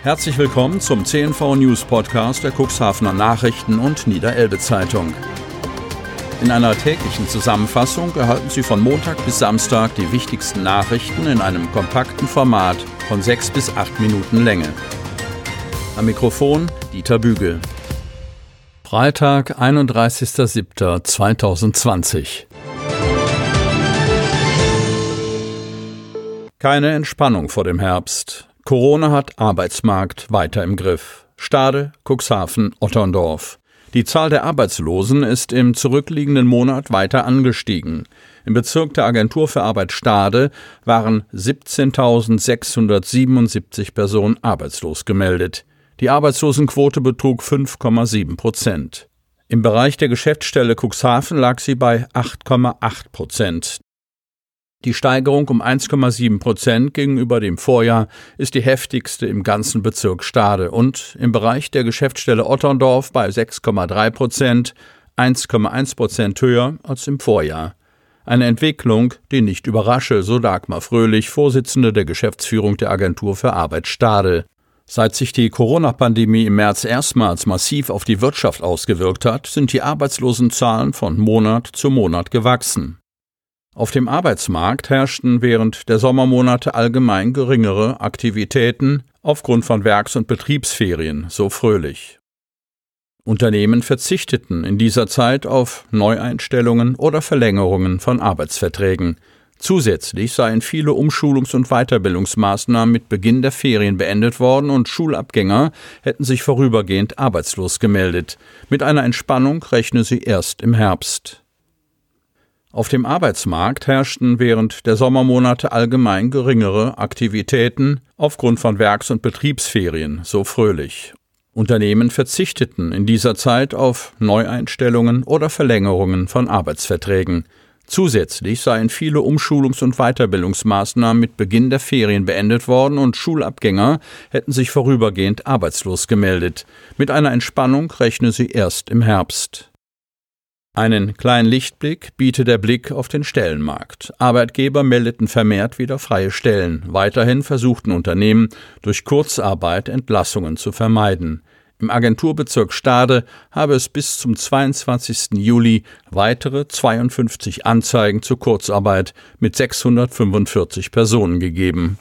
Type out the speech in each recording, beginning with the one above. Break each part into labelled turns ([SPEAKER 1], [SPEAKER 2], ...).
[SPEAKER 1] Herzlich willkommen zum CNV News Podcast der Cuxhavener Nachrichten und Niederelbe Zeitung. In einer täglichen Zusammenfassung erhalten Sie von Montag bis Samstag die wichtigsten Nachrichten in einem kompakten Format von 6 bis 8 Minuten Länge. Am Mikrofon Dieter Bügel. Freitag, 31.07.2020. Keine Entspannung vor dem Herbst. Corona hat Arbeitsmarkt weiter im Griff. Stade, Cuxhaven, Otterndorf. Die Zahl der Arbeitslosen ist im zurückliegenden Monat weiter angestiegen. Im Bezirk der Agentur für Arbeit Stade waren 17.677 Personen arbeitslos gemeldet. Die Arbeitslosenquote betrug 5,7%. Im Bereich der Geschäftsstelle Cuxhaven lag sie bei 8,8%. Die Steigerung um 1,7% gegenüber dem Vorjahr ist die heftigste im ganzen Bezirk Stade und im Bereich der Geschäftsstelle Otterndorf bei 6,3%, 1,1% höher als im Vorjahr. Eine Entwicklung, die nicht überrasche, so Dagmar Fröhlich, Vorsitzende der Geschäftsführung der Agentur für Arbeit Stade. Seit sich die Corona-Pandemie im März erstmals massiv auf die Wirtschaft ausgewirkt hat, sind die Arbeitslosenzahlen von Monat zu Monat gewachsen. Auf dem Arbeitsmarkt herrschten während der Sommermonate allgemein geringere Aktivitäten aufgrund von Werks- und Betriebsferien, so Fröhlich. Unternehmen verzichteten in dieser Zeit auf Neueinstellungen oder Verlängerungen von Arbeitsverträgen. Zusätzlich seien viele Umschulungs- und Weiterbildungsmaßnahmen mit Beginn der Ferien beendet worden und Schulabgänger hätten sich vorübergehend arbeitslos gemeldet. Mit einer Entspannung rechne sie erst im Herbst. Auf dem Arbeitsmarkt herrschten während der Sommermonate allgemein geringere Aktivitäten aufgrund von Werks- und Betriebsferien, so Fröhlich. Unternehmen verzichteten in dieser Zeit auf Neueinstellungen oder Verlängerungen von Arbeitsverträgen. Zusätzlich seien viele Umschulungs- und Weiterbildungsmaßnahmen mit Beginn der Ferien beendet worden und Schulabgänger hätten sich vorübergehend arbeitslos gemeldet. Mit einer Entspannung rechne sie erst im Herbst. Einen kleinen Lichtblick bietet der Blick auf den Stellenmarkt. Arbeitgeber meldeten vermehrt wieder freie Stellen. Weiterhin versuchten Unternehmen, durch Kurzarbeit Entlassungen zu vermeiden. Im Agenturbezirk Stade habe es bis zum 22. Juli weitere 52 Anzeigen zur Kurzarbeit mit 645 Personen gegeben.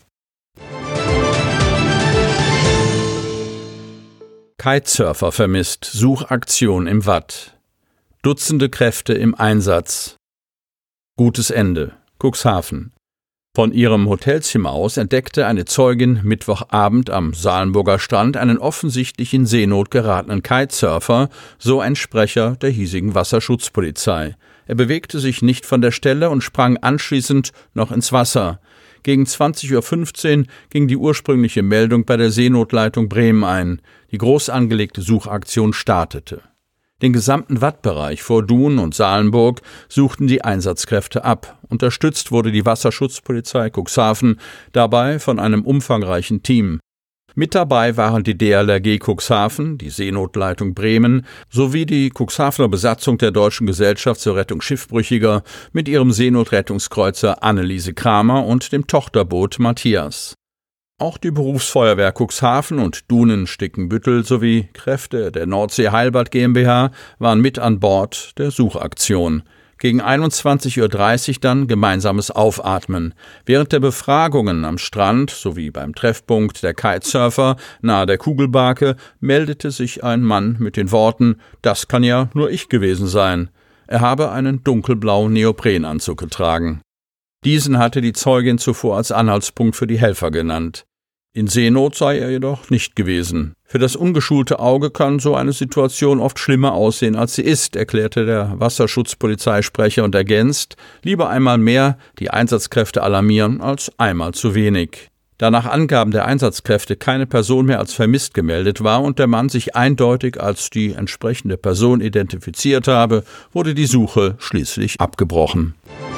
[SPEAKER 1] Kitesurfer vermisst, Suchaktion im Watt. Dutzende Kräfte im Einsatz. Gutes Ende. Cuxhaven. Von ihrem Hotelzimmer aus entdeckte eine Zeugin Mittwochabend am Salenburger Strand einen offensichtlich in Seenot geratenen Kitesurfer, so ein Sprecher der hiesigen Wasserschutzpolizei. Er bewegte sich nicht von der Stelle und sprang anschließend noch ins Wasser. Gegen 20:15 Uhr ging die ursprüngliche Meldung bei der Seenotleitung Bremen ein. Die groß angelegte Suchaktion startete. Den gesamten Wattbereich vor Dun und Salenburg suchten die Einsatzkräfte ab. Unterstützt wurde die Wasserschutzpolizei Cuxhaven dabei von einem umfangreichen Team. Mit dabei waren die DLRG Cuxhaven, die Seenotleitung Bremen sowie die Cuxhavener Besatzung der Deutschen Gesellschaft zur Rettung Schiffbrüchiger mit ihrem Seenotrettungskreuzer Anneliese Kramer und dem Tochterboot Matthias. Auch die Berufsfeuerwehr Cuxhaven und Dunen-Stickenbüttel sowie Kräfte der Nordsee Heilbad GmbH waren mit an Bord der Suchaktion. Gegen 21:30 Uhr dann gemeinsames Aufatmen. Während der Befragungen am Strand sowie beim Treffpunkt der Kitesurfer nahe der Kugelbarke meldete sich ein Mann mit den Worten: „Das kann ja nur ich gewesen sein." Er habe einen dunkelblauen Neoprenanzug getragen. Diesen hatte die Zeugin zuvor als Anhaltspunkt für die Helfer genannt. In Seenot sei er jedoch nicht gewesen. Für das ungeschulte Auge kann so eine Situation oft schlimmer aussehen, als sie ist, erklärte der Wasserschutzpolizeisprecher und ergänzt: Lieber einmal mehr die Einsatzkräfte alarmieren als einmal zu wenig. Da nach Angaben der Einsatzkräfte keine Person mehr als vermisst gemeldet war und der Mann sich eindeutig als die entsprechende Person identifiziert habe, wurde die Suche schließlich abgebrochen.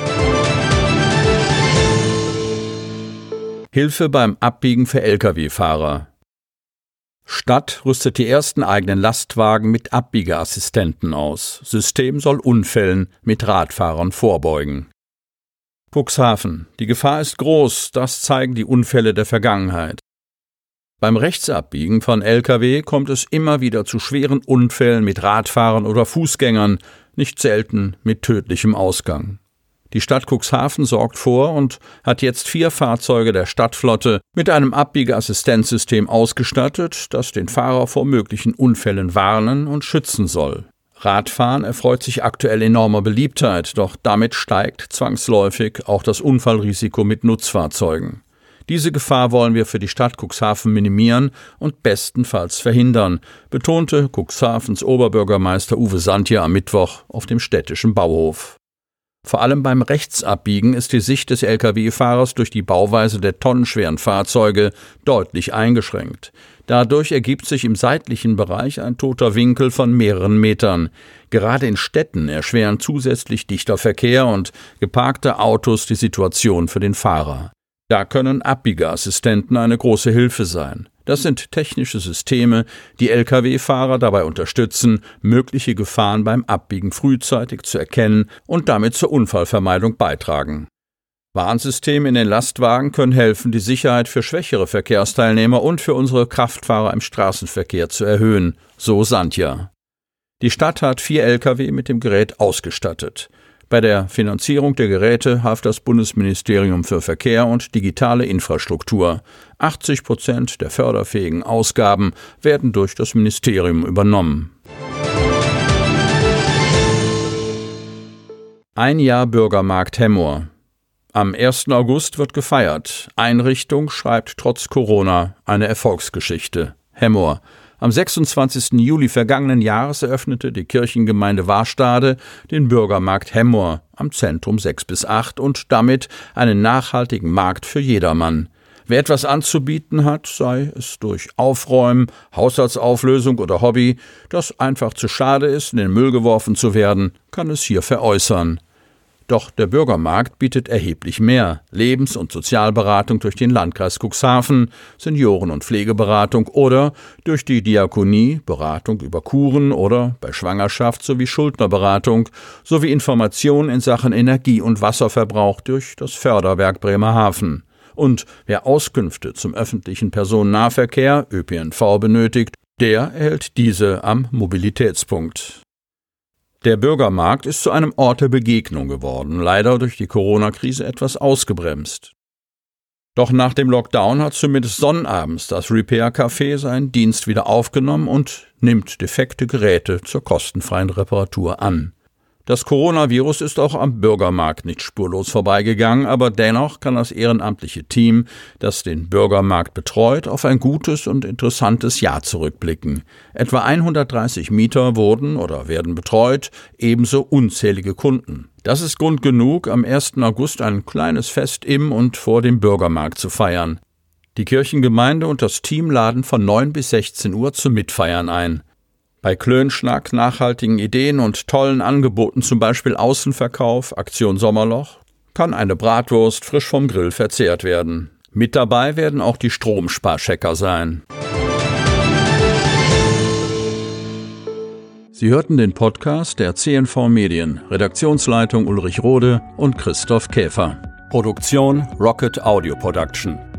[SPEAKER 1] Hilfe beim Abbiegen für Lkw-Fahrer. Stadt rüstet die ersten eigenen Lastwagen mit Abbiegeassistenten aus. System soll Unfällen mit Radfahrern vorbeugen. Cuxhaven. Die Gefahr ist groß, das zeigen die Unfälle der Vergangenheit. Beim Rechtsabbiegen von Lkw kommt es immer wieder zu schweren Unfällen mit Radfahrern oder Fußgängern, nicht selten mit tödlichem Ausgang. Die Stadt Cuxhaven sorgt vor und hat jetzt 4 Fahrzeuge der Stadtflotte mit einem Abbiegeassistenzsystem ausgestattet, das den Fahrer vor möglichen Unfällen warnen und schützen soll. Radfahren erfreut sich aktuell enormer Beliebtheit, doch damit steigt zwangsläufig auch das Unfallrisiko mit Nutzfahrzeugen. Diese Gefahr wollen wir für die Stadt Cuxhaven minimieren und bestenfalls verhindern, betonte Cuxhavens Oberbürgermeister Uwe Santja am Mittwoch auf dem städtischen Bauhof. Vor allem beim Rechtsabbiegen ist die Sicht des Lkw-Fahrers durch die Bauweise der tonnenschweren Fahrzeuge deutlich eingeschränkt. Dadurch ergibt sich im seitlichen Bereich ein toter Winkel von mehreren Metern. Gerade in Städten erschweren zusätzlich dichter Verkehr und geparkte Autos die Situation für den Fahrer. Da können Abbiegeassistenten eine große Hilfe sein. Das sind technische Systeme, die Lkw-Fahrer dabei unterstützen, mögliche Gefahren beim Abbiegen frühzeitig zu erkennen und damit zur Unfallvermeidung beitragen. Warnsysteme in den Lastwagen können helfen, die Sicherheit für schwächere Verkehrsteilnehmer und für unsere Kraftfahrer im Straßenverkehr zu erhöhen, so Santja. Die Stadt hat 4 Lkw mit dem Gerät ausgestattet. Bei der Finanzierung der Geräte half das Bundesministerium für Verkehr und digitale Infrastruktur. 80% der förderfähigen Ausgaben werden durch das Ministerium übernommen. Ein Jahr Bürgermarkt Hemmoor. Am 1. August wird gefeiert. Einrichtung schreibt trotz Corona eine Erfolgsgeschichte. Hemmoor. Am 26. Juli vergangenen Jahres eröffnete die Kirchengemeinde Warstade den Bürgermarkt Hemmoor am Zentrum 6 bis 8 und damit einen nachhaltigen Markt für jedermann. Wer etwas anzubieten hat, sei es durch Aufräumen, Haushaltsauflösung oder Hobby, das einfach zu schade ist, in den Müll geworfen zu werden, kann es hier veräußern. Doch der Bürgermarkt bietet erheblich mehr: Lebens- und Sozialberatung durch den Landkreis Cuxhaven, Senioren- und Pflegeberatung oder durch die Diakonie, Beratung über Kuren oder bei Schwangerschaft sowie Schuldnerberatung sowie Informationen in Sachen Energie- und Wasserverbrauch durch das Förderwerk Bremerhaven. Und wer Auskünfte zum öffentlichen Personennahverkehr ÖPNV benötigt, der erhält diese am Mobilitätspunkt. Der Bürgermarkt ist zu einem Ort der Begegnung geworden, leider durch die Corona-Krise etwas ausgebremst. Doch nach dem Lockdown hat zumindest sonnabends das Repair-Café seinen Dienst wieder aufgenommen und nimmt defekte Geräte zur kostenfreien Reparatur an. Das Coronavirus ist auch am Bürgermarkt nicht spurlos vorbeigegangen, aber dennoch kann das ehrenamtliche Team, das den Bürgermarkt betreut, auf ein gutes und interessantes Jahr zurückblicken. Etwa 130 Mieter wurden oder werden betreut, ebenso unzählige Kunden. Das ist Grund genug, am 1. August ein kleines Fest im und vor dem Bürgermarkt zu feiern. Die Kirchengemeinde und das Team laden von 9 bis 16 Uhr zum Mitfeiern ein. Bei Klönschnack, nachhaltigen Ideen und tollen Angeboten, zum Beispiel Außenverkauf, Aktion Sommerloch, kann eine Bratwurst frisch vom Grill verzehrt werden. Mit dabei werden auch die Stromsparchecker sein. Sie hörten den Podcast der CNV Medien, Redaktionsleitung Ulrich Rode und Christoph Käfer. Produktion Rocket Audio Production.